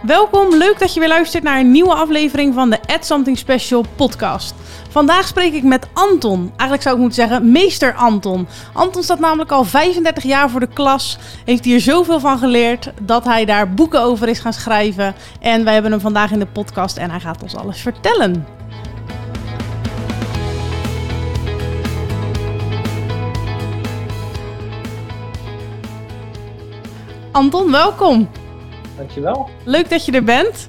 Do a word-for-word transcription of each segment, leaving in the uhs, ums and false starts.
Welkom, leuk dat je weer luistert naar een nieuwe aflevering van de Add Something Special podcast. Vandaag spreek ik met Anton. Eigenlijk zou ik moeten zeggen meester Anton. Anton staat namelijk al vijfendertig jaar voor de klas, heeft hier zoveel van geleerd dat hij daar boeken over is gaan schrijven. En wij hebben hem vandaag in de podcast en hij gaat ons alles vertellen. Anton, welkom. Dankjewel. Leuk dat je er bent.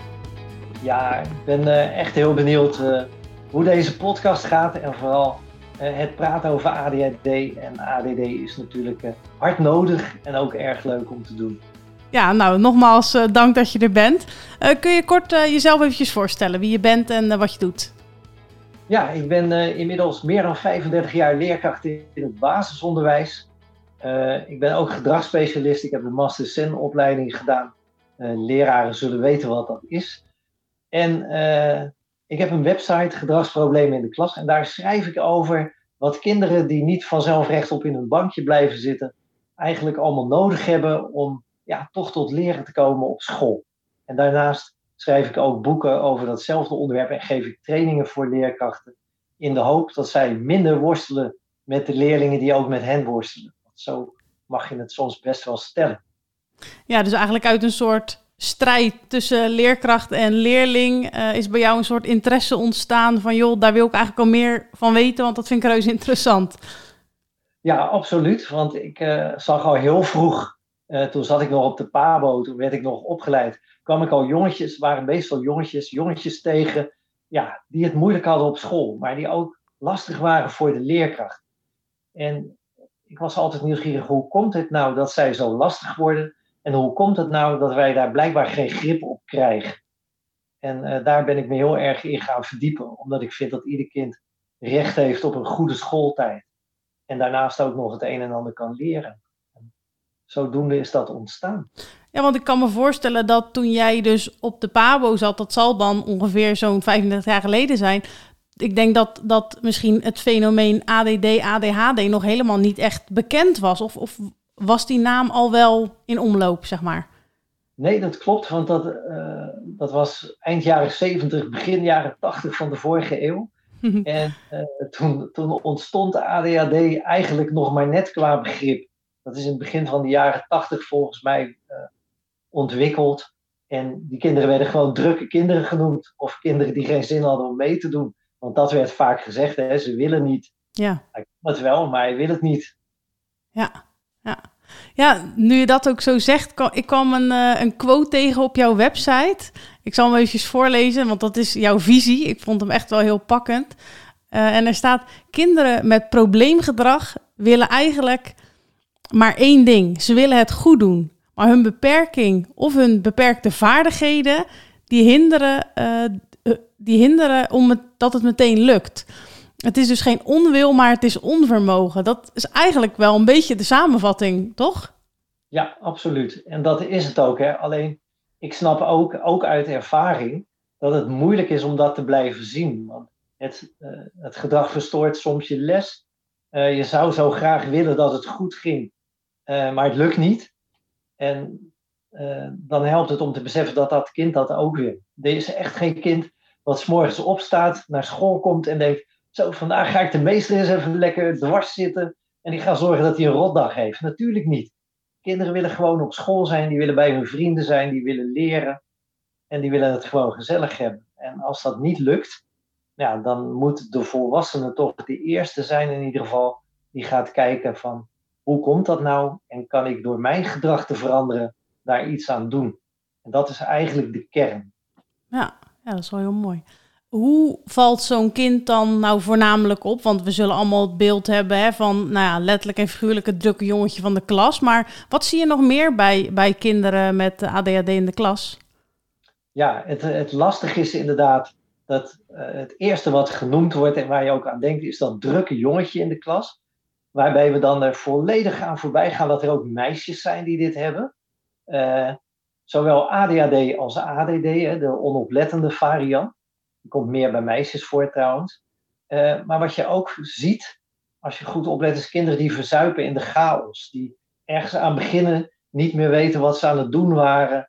Ja, ik ben uh, echt heel benieuwd uh, hoe deze podcast gaat en vooral uh, het praten over A D H D. En A D D is natuurlijk uh, hard nodig en ook erg leuk om te doen. Ja, nou nogmaals uh, dank dat je er bent. Uh, kun je kort uh, jezelf eventjes voorstellen wie je bent en uh, wat je doet? Ja, ik ben uh, inmiddels meer dan vijfendertig jaar leerkracht in het basisonderwijs. Uh, ik ben ook gedragsspecialist. Ik heb de Master S E N opleiding gedaan. Uh, leraren zullen weten wat dat is. En uh, ik heb een website, Gedragsproblemen in de Klas. En daar schrijf ik over wat kinderen die niet vanzelf rechtop in hun bankje blijven zitten, eigenlijk allemaal nodig hebben om ja, toch tot leren te komen op school. En daarnaast schrijf ik ook boeken over datzelfde onderwerp en geef ik trainingen voor leerkrachten in de hoop dat zij minder worstelen met de leerlingen die ook met hen worstelen. Zo mag je het soms best wel stellen. Ja, dus eigenlijk uit een soort strijd tussen leerkracht en leerling uh, is bij jou een soort interesse ontstaan van joh, daar wil ik eigenlijk al meer van weten, want dat vind ik reuze interessant. Ja, absoluut. Want ik uh, zag al heel vroeg, uh, toen zat ik nog op de PABO, toen werd ik nog opgeleid, kwam ik al jongetjes, waren meestal jongetjes, jongetjes tegen, ja, die het moeilijk hadden op school, maar die ook lastig waren voor de leerkracht. En ik was altijd nieuwsgierig, hoe komt het nou dat zij zo lastig worden? En hoe komt het nou dat wij daar blijkbaar geen grip op krijgen? En uh, daar ben ik me heel erg in gaan verdiepen. Omdat ik vind dat ieder kind recht heeft op een goede schooltijd. En daarnaast ook nog het een en ander kan leren. En zodoende is dat ontstaan. Ja, want ik kan me voorstellen dat toen jij dus op de PABO zat, dat zal dan ongeveer zo'n vijfendertig jaar geleden zijn. Ik denk dat, dat misschien het fenomeen A D D, A D H D nog helemaal niet echt bekend was. Of, of was die naam al wel in omloop, zeg maar? Nee, dat klopt, want dat, uh, dat was eind jaren zeventig, begin jaren tachtig van de vorige eeuw. en uh, toen, toen ontstond A D H D eigenlijk nog maar net qua begrip. Dat is in het begin van de jaren tachtig volgens mij uh, ontwikkeld. En die kinderen werden gewoon drukke kinderen genoemd. Of kinderen die geen zin hadden om mee te doen. Want dat werd vaak gezegd, hè, ze willen niet. Ja. Hij kan het wel, maar hij wil het niet. Ja, ja. Ja, nu je dat ook zo zegt, ik kwam een, uh, een quote tegen op jouw website. Ik zal hem even voorlezen, want dat is jouw visie. Ik vond hem echt wel heel pakkend. Uh, en er staat, kinderen met probleemgedrag willen eigenlijk maar één ding. Ze willen het goed doen. Maar hun beperking of hun beperkte vaardigheden, die hinderen, uh, die hinderen om het, dat het meteen lukt. Het is dus geen onwil, maar het is onvermogen. Dat is eigenlijk wel een beetje de samenvatting, toch? Ja, absoluut. En dat is het ook. Hè. Alleen, ik snap ook, ook uit ervaring dat het moeilijk is om dat te blijven zien. Want het, uh, het gedrag verstoort soms je les. Uh, je zou zo graag willen dat het goed ging, uh, maar het lukt niet. En uh, dan helpt het om te beseffen dat dat kind dat ook wil. Er is echt geen kind wat 's morgens opstaat, naar school komt en denkt, zo, vandaag ga ik de meester eens even lekker dwars zitten en ik ga zorgen dat hij een rotdag heeft. Natuurlijk niet. Kinderen willen gewoon op school zijn, die willen bij hun vrienden zijn, die willen leren en die willen het gewoon gezellig hebben. En als dat niet lukt, ja, dan moet de volwassene toch de eerste zijn in ieder geval die gaat kijken van, hoe komt dat nou en kan ik door mijn gedrag te veranderen daar iets aan doen? En dat is eigenlijk de kern. Ja, ja, dat is wel heel mooi. Hoe valt zo'n kind dan nou voornamelijk op? Want we zullen allemaal het beeld hebben hè, van nou ja, letterlijk en figuurlijk het drukke jongetje van de klas. Maar wat zie je nog meer bij, bij kinderen met A D H D in de klas? Ja, het, het lastige is inderdaad dat uh, het eerste wat genoemd wordt en waar je ook aan denkt is dat drukke jongetje in de klas. Waarbij we dan er volledig aan voorbij gaan dat er ook meisjes zijn die dit hebben. Uh, zowel A D H D als A D D, hè, de onoplettende variant. Die komt meer bij meisjes voor trouwens. Uh, maar wat je ook ziet, als je goed oplet, is kinderen die verzuipen in de chaos. Die ergens aan beginnen, niet meer weten wat ze aan het doen waren.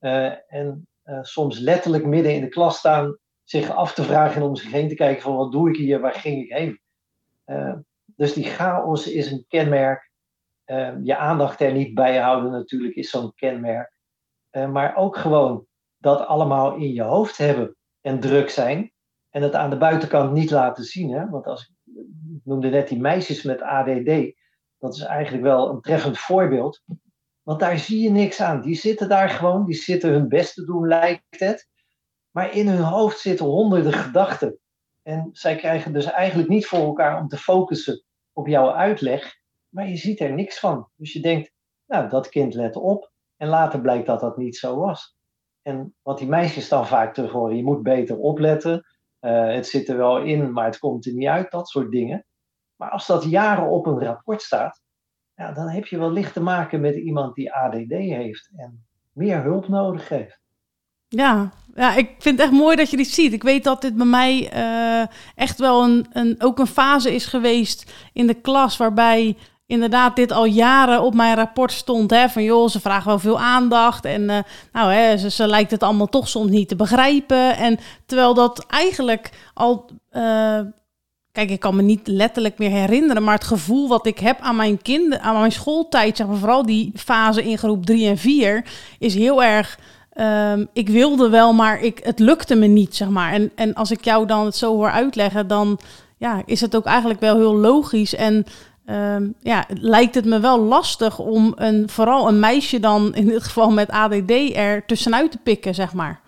Uh, en uh, soms letterlijk midden in de klas staan, zich af te vragen en om zich heen te kijken van wat doe ik hier, waar ging ik heen? Uh, dus die chaos is een kenmerk. Uh, je aandacht er niet bij houden natuurlijk is zo'n kenmerk. Uh, maar ook gewoon dat allemaal in je hoofd hebben en druk zijn. En het aan de buitenkant niet laten zien. Hè? Want als, ik noemde net die meisjes met A D D. Dat is eigenlijk wel een treffend voorbeeld. Want daar zie je niks aan. Die zitten daar gewoon. Die zitten hun best te doen, lijkt het. Maar in hun hoofd zitten honderden gedachten. En zij krijgen dus eigenlijk niet voor elkaar om te focussen op jouw uitleg. Maar je ziet er niks van. Dus je denkt, nou, dat kind let op. En later blijkt dat dat niet zo was. En wat die meisjes dan vaak terug horen. Je moet beter opletten. Uh, het zit er wel in, maar het komt er niet uit. Dat soort dingen. Maar als dat jaren op een rapport staat. Ja, dan heb je wellicht te maken met iemand die A D D heeft. En meer hulp nodig heeft. Ja, ja, ik vind het echt mooi dat je dit ziet. Ik weet dat dit bij mij uh, echt wel een, een, ook een fase is geweest in de klas waarbij inderdaad dit al jaren op mijn rapport stond. Hè, van joh, ze vragen wel veel aandacht en uh, nou, hè, ze, ze lijkt het allemaal toch soms niet te begrijpen. En terwijl dat eigenlijk al... Uh, Kijk, ik kan me niet letterlijk meer herinneren, maar het gevoel wat ik heb aan mijn kinderen, aan mijn schooltijd, zeg maar, vooral die fase in groep drie en vier, is heel erg, um, ik wilde wel, maar ik, het lukte me niet, zeg maar. En, en als ik jou dan het zo hoor uitleggen, dan ja, is het ook eigenlijk wel heel logisch. En um, ja, lijkt het me wel lastig om een, vooral een meisje dan, in dit geval met A D D, er tussenuit te pikken, zeg maar.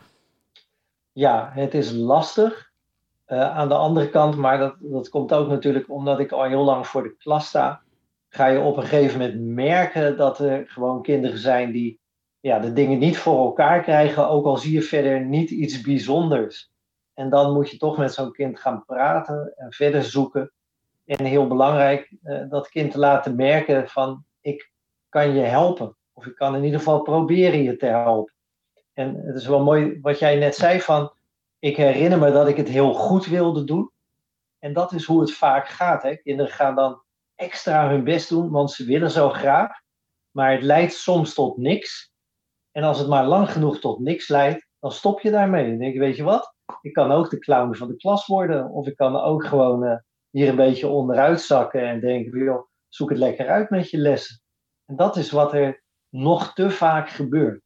Ja, het is lastig. Uh, aan de andere kant, maar dat, dat komt ook natuurlijk omdat ik al heel lang voor de klas sta, ga je op een gegeven moment merken dat er gewoon kinderen zijn die ja, de dingen niet voor elkaar krijgen, ook al zie je verder niet iets bijzonders. En dan moet je toch met zo'n kind gaan praten en verder zoeken. En heel belangrijk, uh, dat kind te laten merken van ik kan je helpen. Of ik kan in ieder geval proberen je te helpen. En het is wel mooi wat jij net zei van, ik herinner me dat ik het heel goed wilde doen. En dat is hoe het vaak gaat. Hè? Kinderen gaan dan extra hun best doen, want ze willen zo graag. Maar het leidt soms tot niks. En als het maar lang genoeg tot niks leidt, dan stop je daarmee. Dan denk je, weet je wat? Ik kan ook de clown van de klas worden. Of ik kan ook gewoon uh, hier een beetje onderuit zakken en denken, joh, zoek het lekker uit met je lessen. En dat is wat er nog te vaak gebeurt.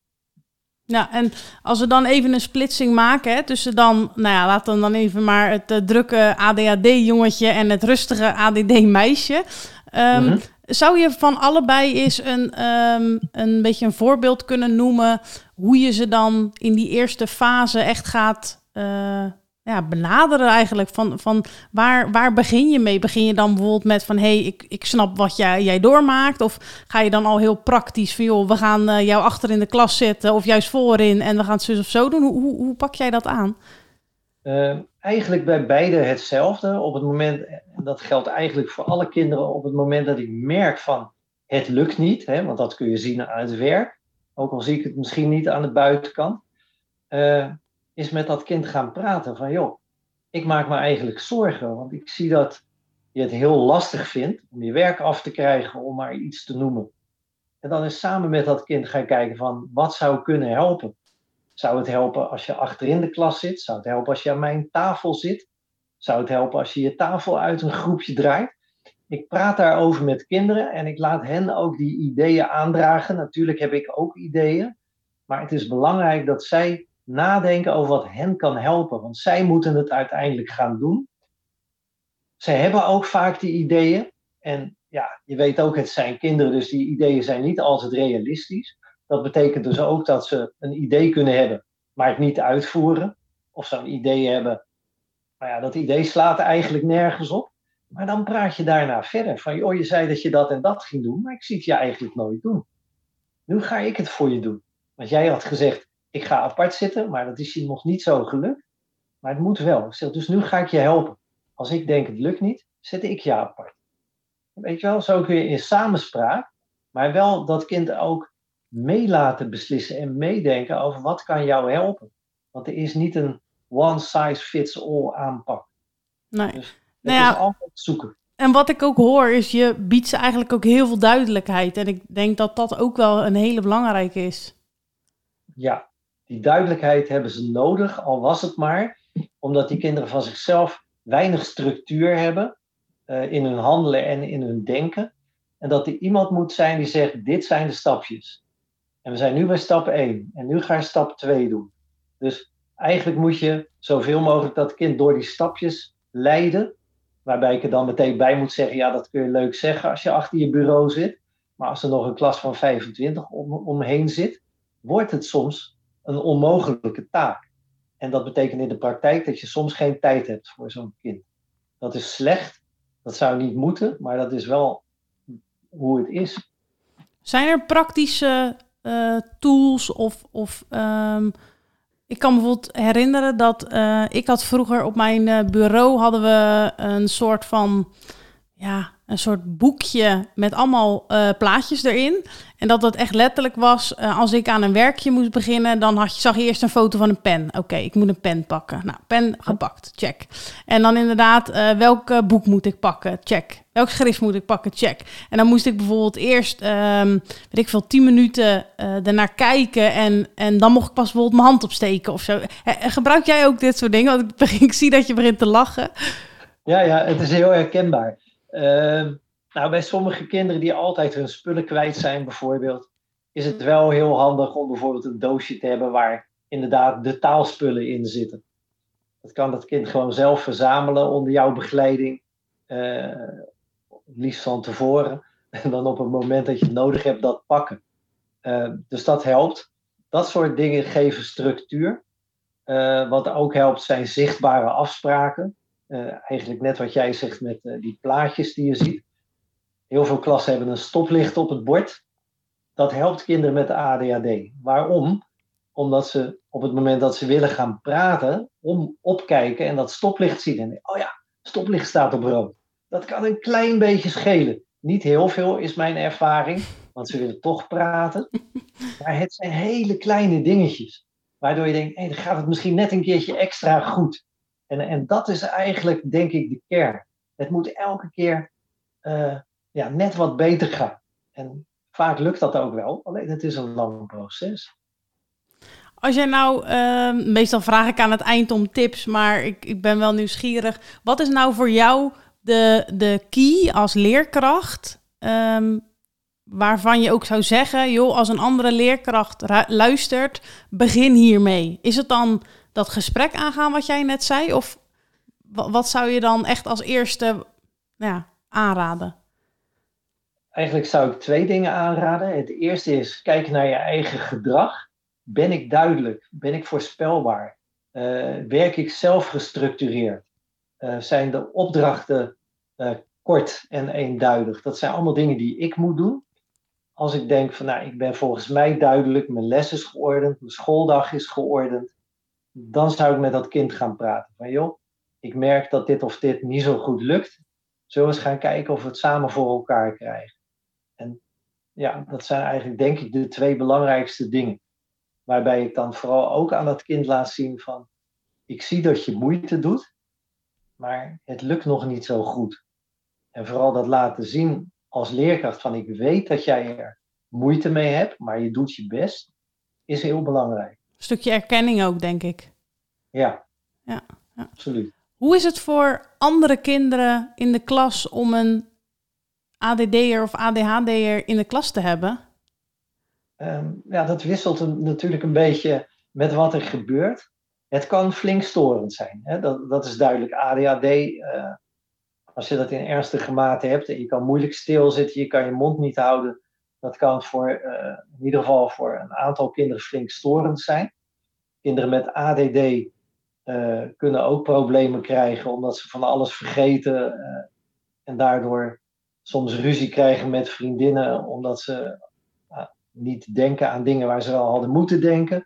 Ja, en als we dan even een splitsing maken hè, tussen dan, nou ja, laten we dan even maar het uh, drukke A D H D-jongetje en het rustige A D D-meisje. Um, mm-hmm. Zou je van allebei eens een, um, een beetje een voorbeeld kunnen noemen hoe je ze dan in die eerste fase echt gaat uh, ja, benaderen eigenlijk? Van, van waar, waar begin je mee? Begin je dan bijvoorbeeld met van, hé, hey, ik, ik snap wat jij, jij doormaakt? Of ga je dan al heel praktisch van, joh, we gaan uh, jou achter in de klas zetten of juist voorin en we gaan het zus of zo doen? Hoe, hoe, hoe pak jij dat aan? Uh, eigenlijk bij beide hetzelfde. Op het moment, en dat geldt eigenlijk voor alle kinderen, op het moment dat ik merk van, het lukt niet, hè, want dat kun je zien aan het werk, ook al zie ik het misschien niet aan de buitenkant, uh, is met dat kind gaan praten van, joh, ik maak me eigenlijk zorgen, want ik zie dat je het heel lastig vindt om je werk af te krijgen, om maar iets te noemen. En dan is samen met dat kind gaan kijken van, wat zou kunnen helpen? Zou het helpen als je achterin de klas zit? Zou het helpen als je aan mijn tafel zit? Zou het helpen als je je tafel uit een groepje draait? Ik praat daarover met kinderen en ik laat hen ook die ideeën aandragen. Natuurlijk heb ik ook ideeën, maar het is belangrijk dat zij nadenken over wat hen kan helpen, want zij moeten het uiteindelijk gaan doen. Zij hebben ook vaak die ideeën en ja, je weet ook, het zijn kinderen, dus die ideeën zijn niet altijd realistisch. Dat betekent dus ook dat ze een idee kunnen hebben, maar het niet uitvoeren. Of ze een idee hebben, maar ja, dat idee slaat eigenlijk nergens op. Maar dan praat je daarna verder van, joh, je zei dat je dat en dat ging doen, maar ik zie het je eigenlijk nooit doen. Nu ga ik het voor je doen. Want jij had gezegd, ik ga apart zitten, maar dat is je nog niet zo gelukt. Maar het moet wel. Ik zeg, dus nu ga ik je helpen. Als ik denk het lukt niet, zet ik je apart. Weet je wel, zo kun je in samenspraak, maar wel dat kind ook mee laten beslissen en meedenken over wat kan jou helpen. Want er is niet een one size fits all aanpak. Nee. Dus het nou ja, is altijd zoeken. En wat ik ook hoor is, je biedt ze eigenlijk ook heel veel duidelijkheid. En ik denk dat dat ook wel een hele belangrijke is. Ja, Die duidelijkheid hebben ze nodig, al was het maar, omdat die kinderen van zichzelf weinig structuur hebben uh, in hun handelen en in hun denken. En dat er iemand moet zijn die zegt, dit zijn de stapjes. En we zijn nu bij stap één. En nu ga je stap twee doen. Dus eigenlijk moet je zoveel mogelijk dat kind door die stapjes leiden. Waarbij ik er dan meteen bij moet zeggen, ja, dat kun je leuk zeggen als je achter je bureau zit. Maar als er nog een klas van vijfentwintig om, omheen zit, wordt het soms een onmogelijke taak. En dat betekent in de praktijk dat je soms geen tijd hebt voor zo'n kind. Dat is slecht, dat zou niet moeten, maar dat is wel hoe het is. Zijn er praktische uh, tools of... of um, ik kan me bijvoorbeeld herinneren dat uh, ik had vroeger op mijn uh, bureau hadden we een soort van... ja, een soort boekje met allemaal uh, plaatjes erin. En dat dat echt letterlijk was, uh, als ik aan een werkje moest beginnen, dan had je, zag je eerst een foto van een pen. Oké, okay, ik moet een pen pakken. Nou, pen gepakt, check. En dan inderdaad, uh, welk uh, boek moet ik pakken? Check. Welk schrift moet ik pakken? Check. En dan moest ik bijvoorbeeld eerst, um, weet ik veel, tien minuten uh, ernaar kijken en, en dan mocht ik pas bijvoorbeeld mijn hand opsteken of zo. He, gebruik jij ook dit soort dingen? Want ik, begin, ik zie dat je begint te lachen. Ja, ja, het is heel herkenbaar. Uh, nou, bij sommige kinderen die altijd hun spullen kwijt zijn bijvoorbeeld, is het wel heel handig om bijvoorbeeld een doosje te hebben waar inderdaad de taalspullen in zitten. Dat kan dat kind gewoon zelf verzamelen onder jouw begeleiding, uh, liefst van tevoren. En dan op het moment dat je het nodig hebt, dat pakken. Uh, dus dat helpt. Dat soort dingen geven structuur. Uh, wat ook helpt zijn zichtbare afspraken. Uh, eigenlijk net wat jij zegt met uh, die plaatjes die je ziet. Heel veel klassen hebben een stoplicht op het bord. Dat helpt kinderen met de A D H D. Waarom? Omdat ze op het moment dat ze willen gaan praten, om opkijken en dat stoplicht zien. En oh ja, stoplicht staat op rood. Dat kan een klein beetje schelen. Niet heel veel is mijn ervaring, want ze willen toch praten. Maar het zijn hele kleine dingetjes. Waardoor je denkt, hey, dan gaat het misschien net een keertje extra goed. En, en dat is eigenlijk, denk ik, de kern. Het moet elke keer uh, ja, net wat beter gaan. En vaak lukt dat ook wel, alleen het is een lang proces. Als jij nou, uh, meestal vraag ik aan het eind om tips, maar ik, ik ben wel nieuwsgierig. Wat is nou voor jou de, de key als leerkracht, um, waarvan je ook zou zeggen, joh, als een andere leerkracht ru- luistert, begin hiermee. Is het dan dat gesprek aangaan wat jij net zei? Of w- wat zou je dan echt als eerste nou ja, aanraden? Eigenlijk zou ik twee dingen aanraden. Het eerste is, kijk naar je eigen gedrag. Ben ik duidelijk? Ben ik voorspelbaar? Uh, werk ik zelf gestructureerd? Uh, zijn de opdrachten uh, kort en eenduidig? Dat zijn allemaal dingen die ik moet doen. Als ik denk van, nou, ik ben volgens mij duidelijk, mijn les is geordend, mijn schooldag is geordend, dan zou ik met dat kind gaan praten. Van joh, ik merk dat dit of dit niet zo goed lukt. Zullen we eens gaan kijken of we het samen voor elkaar krijgen? En ja, dat zijn eigenlijk denk ik de twee belangrijkste dingen. Waarbij ik dan vooral ook aan dat kind laat zien van, ik zie dat je moeite doet, maar het lukt nog niet zo goed. En vooral dat laten zien als leerkracht van, ik weet dat jij er moeite mee hebt, maar je doet je best, is heel belangrijk. Een stukje erkenning ook, denk ik. Ja, ja, ja. Absoluut. Hoe is het voor andere kinderen in de klas om een A D D'er of A D H D'er in de klas te hebben? Um, ja, dat wisselt een, natuurlijk een beetje met wat er gebeurt. Het kan flink storend zijn. Hè? Dat, dat is duidelijk. A D H D, uh, als je dat in ernstige mate hebt en je kan moeilijk stilzitten, je kan je mond niet houden, dat kan voor, uh, in ieder geval voor een aantal kinderen flink storend zijn. Kinderen met A D D uh, kunnen ook problemen krijgen omdat ze van alles vergeten uh, en daardoor soms ruzie krijgen met vriendinnen omdat ze uh, niet denken aan dingen waar ze wel hadden moeten denken.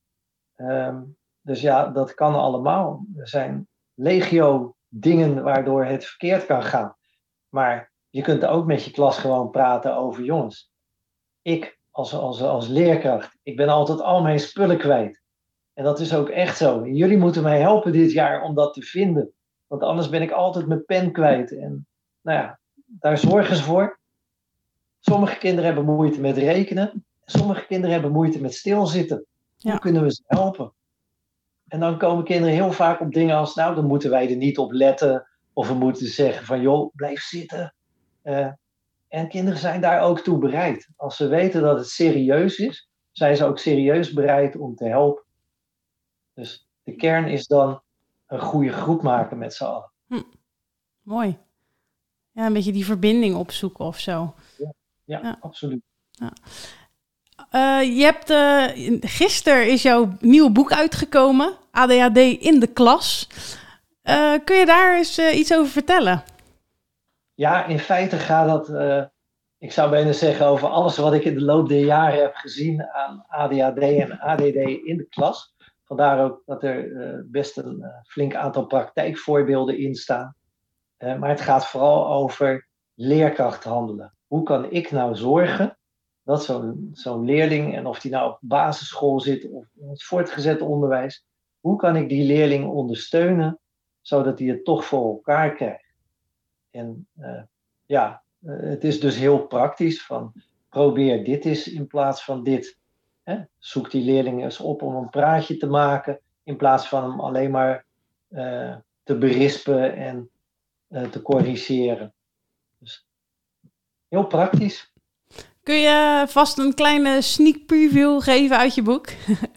Um, dus ja, dat kan allemaal. Er zijn legio dingen waardoor het verkeerd kan gaan. Maar je kunt ook met je klas gewoon praten over, jongens, ik als, als, als leerkracht, ik ben altijd al mijn spullen kwijt. En dat is ook echt zo. En jullie moeten mij helpen dit jaar om dat te vinden. Want anders ben ik altijd mijn pen kwijt. En nou ja, daar zorgen ze voor. Sommige kinderen hebben moeite met rekenen. Sommige kinderen hebben moeite met stilzitten. Ja. Hoe kunnen we ze helpen? En dan komen kinderen heel vaak op dingen als, nou, dan moeten wij er niet op letten. Of we moeten zeggen van, joh, blijf zitten. Uh, en kinderen zijn daar ook toe bereid. Als ze weten dat het serieus is, zijn ze ook serieus bereid om te helpen. Dus de kern is dan een goede groep maken met z'n allen. Hm. Mooi. Ja, een beetje die verbinding opzoeken of zo. Ja, ja, ja. Absoluut. Ja. Uh, je hebt, uh, gisteren is jouw nieuwe boek uitgekomen, A D H D in de klas. Uh, kun je daar eens uh, iets over vertellen? Ja, in feite gaat dat, uh, ik zou bijna zeggen, over alles wat ik in de loop der jaren heb gezien aan A D H D en A D D in de klas. Vandaar ook dat er uh, best een uh, flink aantal praktijkvoorbeelden in staan. Uh, maar het gaat vooral over leerkracht handelen. Hoe kan ik nou zorgen dat zo'n, zo'n leerling, en of die nou op basisschool zit of in het voortgezet onderwijs, hoe kan ik die leerling ondersteunen, zodat hij het toch voor elkaar krijgt? En uh, ja, uh, het is dus heel praktisch van, probeer dit eens in plaats van dit. Hè? Zoek die leerling eens op om een praatje te maken, in plaats van hem alleen maar uh, te berispen en uh, te corrigeren. Dus heel praktisch. Kun je vast een kleine sneak preview geven uit je boek?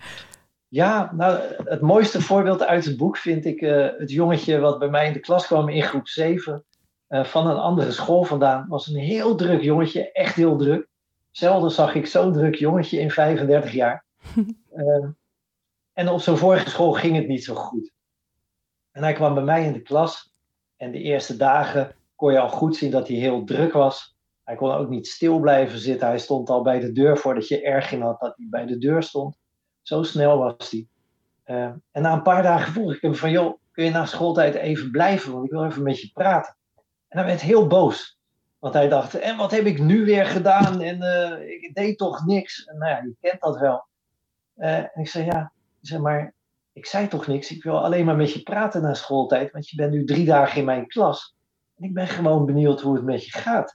Ja, nou, het mooiste voorbeeld uit het boek vind ik uh, het jongetje wat bij mij in de klas kwam in groep zeven. Uh, van een andere school vandaan. Was een heel druk jongetje, echt heel druk. Zelden zag ik zo'n druk jongetje in vijfendertig jaar. Uh, en op zijn vorige school ging het niet zo goed. En hij kwam bij mij in de klas. En de eerste dagen kon je al goed zien dat hij heel druk was. Hij kon ook niet stil blijven zitten. Hij stond al bij de deur voordat je erg in had dat hij bij de deur stond. Zo snel was hij. Uh, en na een paar dagen vroeg ik hem van, joh, kun je na schooltijd even blijven? Want ik wil even met je praten. En hij werd heel boos. Want hij dacht, en wat heb ik nu weer gedaan? En uh, ik deed toch niks? En nou ja, je kent dat wel. Uh, en ik zei, ja, ik zei, maar ik zei toch niks? Ik wil alleen maar met je praten na schooltijd. Want je bent nu drie dagen in mijn klas. En ik ben gewoon benieuwd hoe het met je gaat.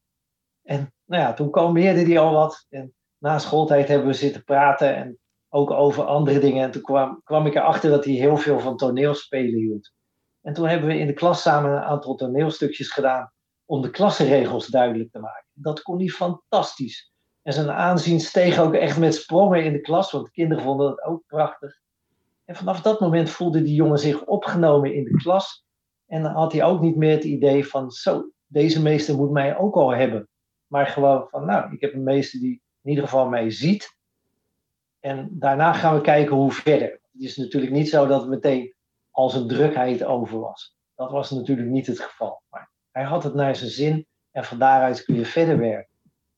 En nou ja, toen kalmeerde hij al wat. En na schooltijd hebben we zitten praten. En ook over andere dingen. En toen kwam, kwam ik erachter dat hij heel veel van toneelspelen hield. En toen hebben we in de klas samen een aantal toneelstukjes gedaan om de klassenregels duidelijk te maken. Dat kon hij fantastisch. En zijn aanzien steeg ook echt met sprongen in de klas, want de kinderen vonden dat ook prachtig. En vanaf dat moment voelde die jongen zich opgenomen in de klas. En dan had hij ook niet meer het idee van, zo, deze meester moet mij ook al hebben. Maar gewoon van, nou, ik heb een meester die in ieder geval mij ziet. En daarna gaan we kijken hoe verder. Het is natuurlijk niet zo dat het meteen als een drukheid over was. Dat was natuurlijk niet het geval. Maar hij had het naar zijn zin en van daaruit kun je verder werken.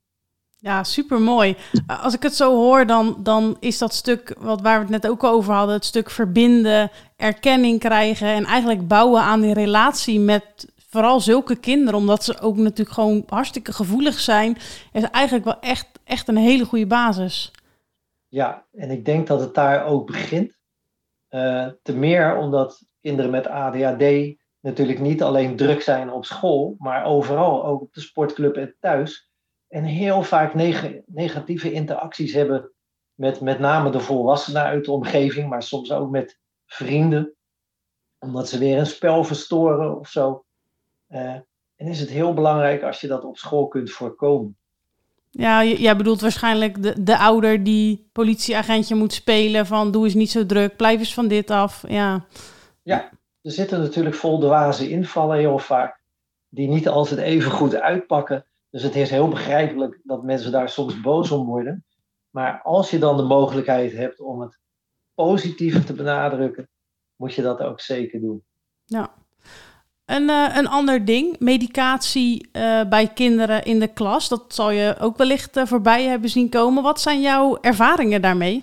Ja, supermooi. Als ik het zo hoor, dan, dan is dat stuk wat waar we het net ook over hadden, het stuk verbinden, erkenning krijgen en eigenlijk bouwen aan die relatie met vooral zulke kinderen, omdat ze ook natuurlijk gewoon hartstikke gevoelig zijn, is eigenlijk wel echt, echt een hele goede basis. Ja, en ik denk dat het daar ook begint. Uh, te meer omdat kinderen met A D H D natuurlijk niet alleen druk zijn op school, maar overal, ook op de sportclub en thuis. En heel vaak neg- negatieve interacties hebben met met name de volwassenen uit de omgeving, maar soms ook met vrienden. Omdat ze weer een spel verstoren of zo. Uh, en is het heel belangrijk als je dat op school kunt voorkomen. Ja, j- jij bedoelt waarschijnlijk de, de ouder die politieagentje moet spelen van doe eens niet zo druk, blijf eens van dit af. Ja, ja er zitten natuurlijk voldwaze invallen heel vaak, die niet altijd even goed uitpakken. Dus het is heel begrijpelijk dat mensen daar soms boos om worden. Maar als je dan de mogelijkheid hebt om het positieve te benadrukken, moet je dat ook zeker doen. Ja. Een, uh, een ander ding, medicatie uh, bij kinderen in de klas. Dat zal je ook wellicht uh, voorbij hebben zien komen. Wat zijn jouw ervaringen daarmee?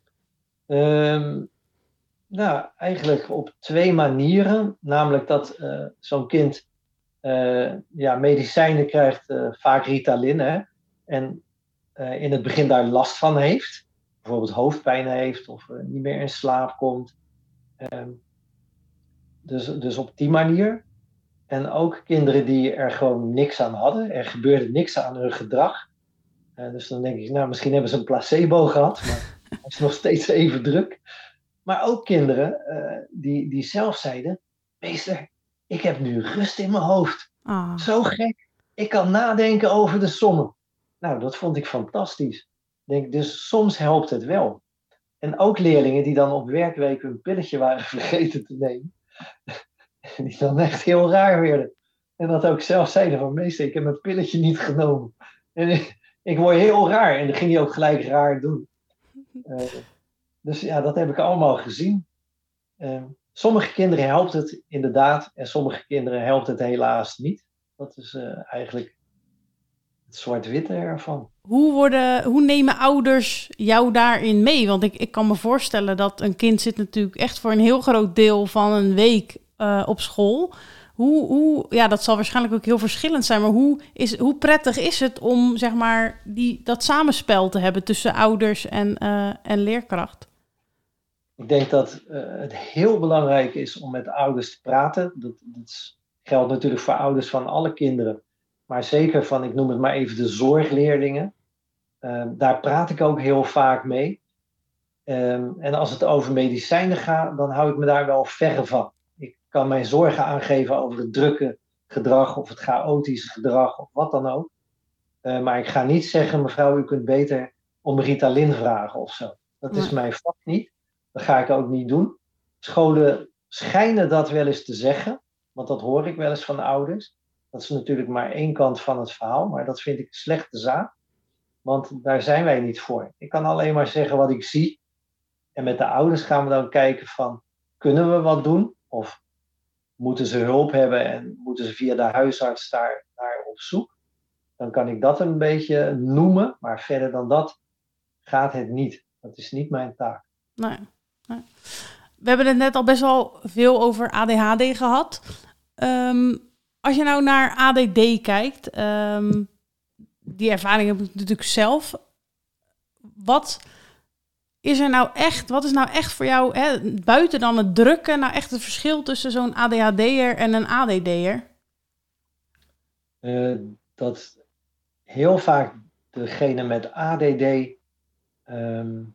Um, nou, eigenlijk op twee manieren. Namelijk dat uh, zo'n kind uh, ja, medicijnen krijgt, uh, vaak Ritalin. Hè, en uh, in het begin daar last van heeft. Bijvoorbeeld hoofdpijn heeft of uh, niet meer in slaap komt. Um, dus, dus op die manier. En ook kinderen die er gewoon niks aan hadden. Er gebeurde niks aan hun gedrag. Uh, dus dan denk ik, nou, misschien hebben ze een placebo gehad, maar het is nog steeds even druk. Maar ook kinderen uh, die, die zelf zeiden, meester, ik heb nu rust in mijn hoofd. Ah. Zo gek. Ik kan nadenken over de sommen. Nou, dat vond ik fantastisch. Denk, dus soms helpt het wel. En ook leerlingen die dan op werkweek een pilletje waren vergeten te nemen. Die dan echt heel raar werden. En dat ook zelf zeiden van, meester, ik heb mijn pilletje niet genomen. En ik, ik word heel raar. En dan ging hij ook gelijk raar doen. Uh, dus ja, dat heb ik allemaal gezien. Uh, sommige kinderen helpt het inderdaad. En sommige kinderen helpt het helaas niet. Dat is uh, eigenlijk het zwart-witte ervan. Hoe, worden, hoe nemen ouders jou daarin mee? Want ik, ik kan me voorstellen dat een kind zit natuurlijk echt voor een heel groot deel van een week uh, op school. Hoe, hoe, ja, dat zal waarschijnlijk ook heel verschillend zijn. Maar hoe, is, hoe prettig is het om zeg maar, die, dat samenspel te hebben tussen ouders en, uh, en leerkracht? Ik denk dat uh, het heel belangrijk is om met ouders te praten. Dat, dat geldt natuurlijk voor ouders van alle kinderen. Maar zeker van, ik noem het maar even de zorgleerlingen. Uh, daar praat ik ook heel vaak mee. Um, en als het over medicijnen gaat, dan hou ik me daar wel verre van. Ik kan mijn zorgen aangeven over het drukke gedrag of het chaotische gedrag of wat dan ook. Uh, maar ik ga niet zeggen, mevrouw, u kunt beter om Ritalin vragen of zo. Dat is mijn vak niet. Dat ga ik ook niet doen. Scholen schijnen dat wel eens te zeggen, want dat hoor ik wel eens van ouders. Dat is natuurlijk maar één kant van het verhaal, maar dat vind ik een slechte zaak. Want daar zijn wij niet voor. Ik kan alleen maar zeggen wat ik zie. En met de ouders gaan we dan kijken van, kunnen we wat doen? Of moeten ze hulp hebben en moeten ze via de huisarts daar, daar op zoek? Dan kan ik dat een beetje noemen, maar verder dan dat gaat het niet. Dat is niet mijn taak. Nee, nee. We hebben het net al best wel veel over A D H D gehad. Um, als je nou naar A D D kijkt, um, die ervaring heb ik natuurlijk zelf. Wat is er nou echt, wat is nou echt voor jou, hè, buiten dan het drukken, nou echt het verschil tussen zo'n A D H D'er en een A D D'er? Uh, dat heel vaak degene met A D D um,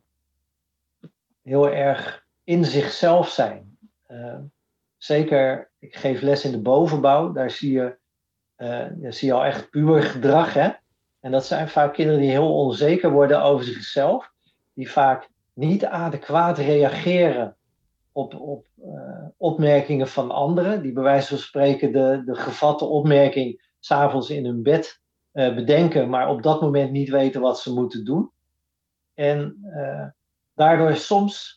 heel erg in zichzelf zijn. Uh, zeker, ik geef les in de bovenbouw, daar zie je, uh, daar zie je al echt puber gedrag, hè? En dat zijn vaak kinderen die heel onzeker worden over zichzelf, die vaak niet adequaat reageren op, op uh, opmerkingen van anderen, die bij wijze van spreken de, de gevatte opmerking 's avonds in hun bed uh, bedenken, maar op dat moment niet weten wat ze moeten doen. En uh, daardoor soms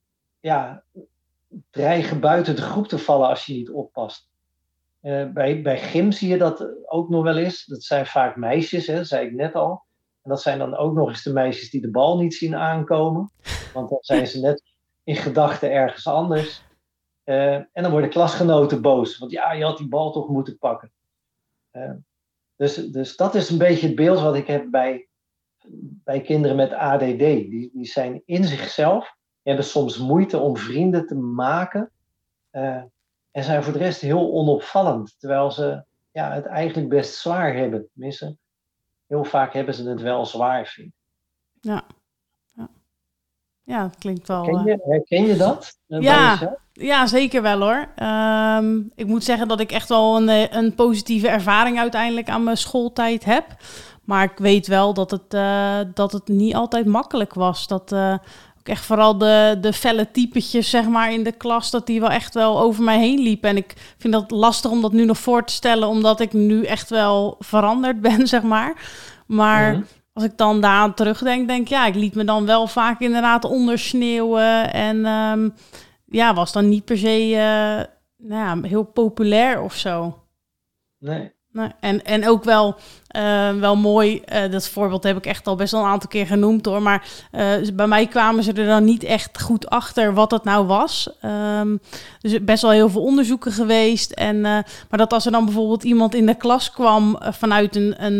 ja, dreigen buiten de groep te vallen als je niet oppast. Uh, bij, bij gym zie je dat ook nog wel eens. Dat zijn vaak meisjes, hè, dat zei ik net al. En dat zijn dan ook nog eens de meisjes die de bal niet zien aankomen. Want dan zijn ze net in gedachten ergens anders. Uh, en dan worden klasgenoten boos. Want ja, je had die bal toch moeten pakken. Uh, dus, dus dat is een beetje het beeld wat ik heb bij, bij kinderen met A D D. Die, die zijn in zichzelf, hebben soms moeite om vrienden te maken. Uh, en zijn voor de rest heel onopvallend. Terwijl ze ja, het eigenlijk best zwaar hebben. Tenminste, heel vaak hebben ze het wel zwaar, vind ik. Ja, ja. Ja, dat klinkt wel... Herken je, herken je dat? Uh, ja, ja, zeker wel hoor. Um, ik moet zeggen dat ik echt wel een, een positieve ervaring uiteindelijk aan mijn schooltijd heb. Maar ik weet wel dat het, uh, dat het niet altijd makkelijk was. Dat uh, ook echt vooral de, de felle typetjes zeg maar, in de klas, dat die wel echt wel over mij heen liepen. En ik vind dat lastig om dat nu nog voor te stellen, omdat ik nu echt wel veranderd ben, zeg maar. Maar... Mm-hmm. Als ik dan daaraan terugdenk, denk ik, ja, ik liet me dan wel vaak inderdaad ondersneeuwen. En um, ja, was dan niet per se uh, nou ja, heel populair of zo. Nee. nee. En, en ook wel, uh, wel mooi, uh, dat voorbeeld heb ik echt al best wel een aantal keer genoemd hoor. Maar uh, bij mij kwamen ze er dan niet echt goed achter wat het nou was. Um, dus best wel heel veel onderzoeken geweest. En, uh, maar dat als er dan bijvoorbeeld iemand in de klas kwam uh, vanuit een... een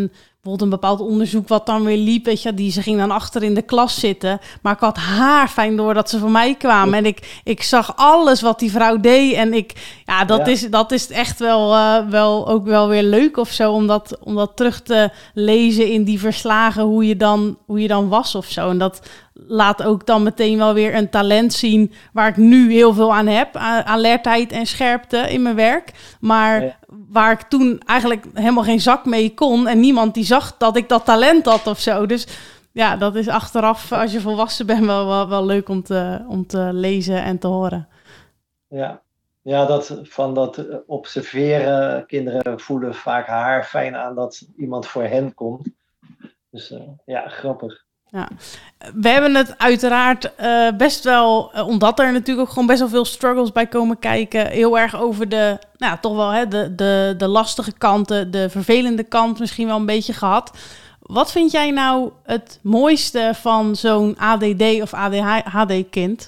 bijvoorbeeld een bepaald onderzoek wat dan weer liep, weet je, die ze ging dan achter in de klas zitten. Maar ik had haar fijn door dat ze van mij kwamen. En ik, ik zag alles wat die vrouw deed. En ik, ja, dat, ja. Is, dat is echt wel, uh, wel ook wel weer leuk of zo, om dat, om dat terug te lezen in die verslagen, hoe je dan, hoe je dan was of zo. En dat laat ook dan meteen wel weer een talent zien waar ik nu heel veel aan heb. Alertheid en scherpte in mijn werk. Maar ja. waar ik toen eigenlijk helemaal geen zak mee kon. En niemand die zag dat ik dat talent had of zo. Dus ja, dat is achteraf, als je volwassen bent, wel, wel, wel leuk om te, om te lezen en te horen. Ja, ja dat, van dat observeren. Kinderen voelen vaak haar fijn aan dat iemand voor hen komt. Dus uh, ja, grappig. Ja, we hebben het uiteraard uh, best wel, uh, omdat er natuurlijk ook gewoon best wel veel struggles bij komen kijken, heel erg over de, nou toch wel, hè, de, de, de lastige kanten, de vervelende kant misschien wel een beetje gehad. Wat vind jij nou het mooiste van zo'n A D D of A D H D-kind?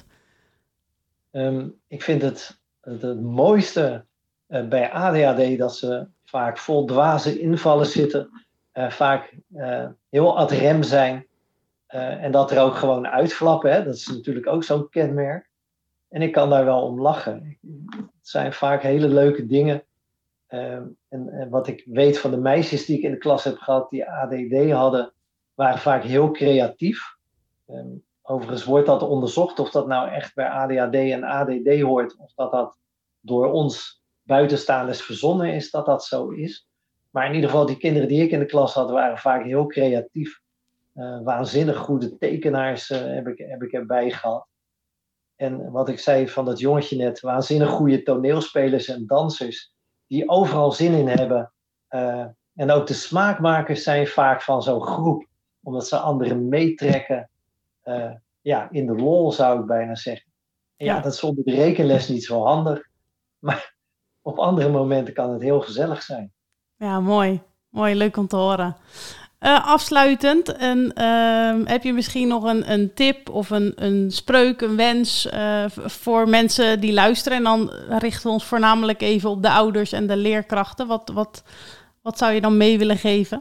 Um, ik vind het, het, het mooiste uh, bij A D H D dat ze vaak vol dwaze invallen zitten, uh, vaak uh, heel ad rem zijn. Uh, en dat er ook gewoon uitflappen, hè? Dat is natuurlijk ook zo'n kenmerk. En ik kan daar wel om lachen. Het zijn vaak hele leuke dingen. Uh, en, en wat ik weet van de meisjes die ik in de klas heb gehad, die A D D hadden, waren vaak heel creatief. Um, overigens wordt dat onderzocht of dat nou echt bij A D H D en A D D hoort, of dat dat door ons buitenstaanders verzonnen is dat dat zo is. Maar in ieder geval, die kinderen die ik in de klas had, waren vaak heel creatief. Uh, waanzinnig goede tekenaars uh, heb, ik, heb ik erbij gehad. En wat ik zei van dat jongetje net, waanzinnig goede toneelspelers en dansers die overal zin in hebben. Uh, en ook de smaakmakers zijn vaak van zo'n groep, omdat ze anderen meetrekken. Uh, ja, in de lol zou ik bijna zeggen. En ja, dat is zonder de rekenles niet zo handig. Maar op andere momenten kan het heel gezellig zijn. Ja, mooi. Mooi, leuk om te horen. Uh, afsluitend, en, uh, heb je misschien nog een, een tip of een, een spreuk, een wens uh, voor mensen die luisteren? En dan richten we ons voornamelijk even op de ouders en de leerkrachten. Wat, wat, wat zou je dan mee willen geven?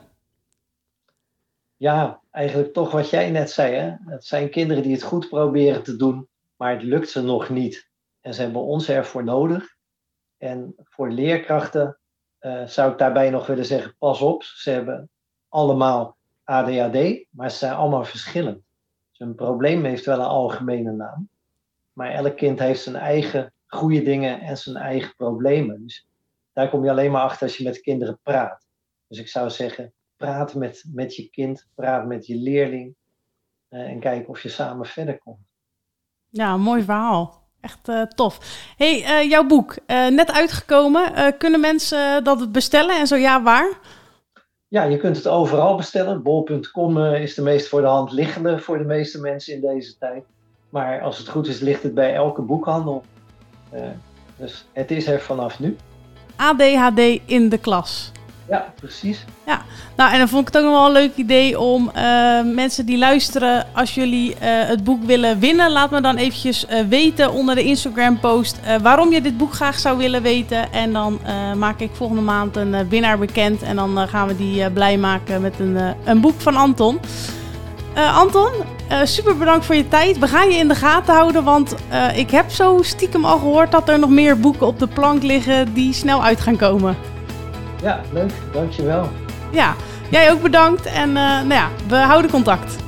Ja, eigenlijk toch wat jij net zei. Hè? Het zijn kinderen die het goed proberen te doen, maar het lukt ze nog niet. En ze hebben ons ervoor nodig. En voor leerkrachten uh, zou ik daarbij nog willen zeggen, pas op, ze hebben allemaal A D H D, maar ze zijn allemaal verschillend. Dus een probleem heeft wel een algemene naam. Maar elk kind heeft zijn eigen goede dingen en zijn eigen problemen. Dus daar kom je alleen maar achter als je met kinderen praat. Dus ik zou zeggen, praat met, met je kind, praat met je leerling. Uh, en kijk of je samen verder komt. Ja, een mooi verhaal. Echt uh, tof. Hey, uh, jouw boek, uh, net uitgekomen. Uh, kunnen mensen dat bestellen en zo ja, waar? Ja, je kunt het overal bestellen. bol punt com uh, is de meest voor de hand liggende voor de meeste mensen in deze tijd. Maar als het goed is, ligt het bij elke boekhandel. Uh, dus het is er vanaf nu. A D H D in de klas. Ja, precies. Ja, nou en dan vond ik het ook nog wel een leuk idee om uh, mensen die luisteren, als jullie uh, het boek willen winnen, laat me dan eventjes uh, weten onder de Instagram post uh, waarom je dit boek graag zou willen weten. En dan uh, maak ik volgende maand een uh, winnaar bekend en dan uh, gaan we die uh, blij maken met een, uh, een boek van Anton. Uh, Anton, uh, super bedankt voor je tijd. We gaan je in de gaten houden, want uh, ik heb zo stiekem al gehoord dat er nog meer boeken op de plank liggen die snel uit gaan komen. Ja, leuk. Dankjewel. Ja, jij ook bedankt en uh, nou ja, we houden contact.